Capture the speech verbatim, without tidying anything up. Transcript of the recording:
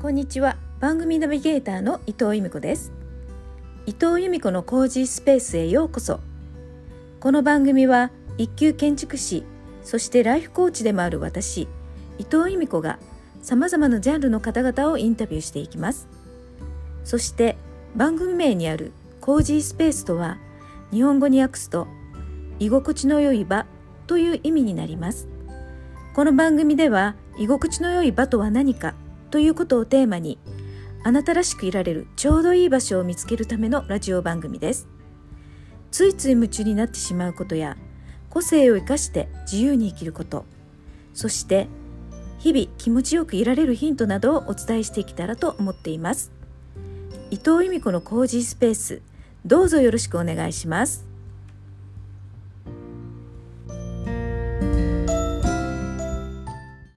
こんにちは。番組ナビゲーターの伊藤由美子です。伊藤由美子のコージースペースへようこそ。この番組は一級建築士、そしてライフコーチでもある私、伊藤由美子がさまざまなジャンルの方々をインタビューしていきます。そして番組名にあるコージースペースとは、日本語に訳すと居心地の良い場という意味になります。この番組では居心地の良い場とは何かということをテーマに、あなたらしくいられるちょうどいい場所を見つけるためのラジオ番組です。ついつい夢中になってしまうことや、個性を生かして自由に生きること、そして日々気持ちよくいられるヒントなどをお伝えしていけたらと思っています。伊藤由美子のコージースペース、どうぞよろしくお願いします。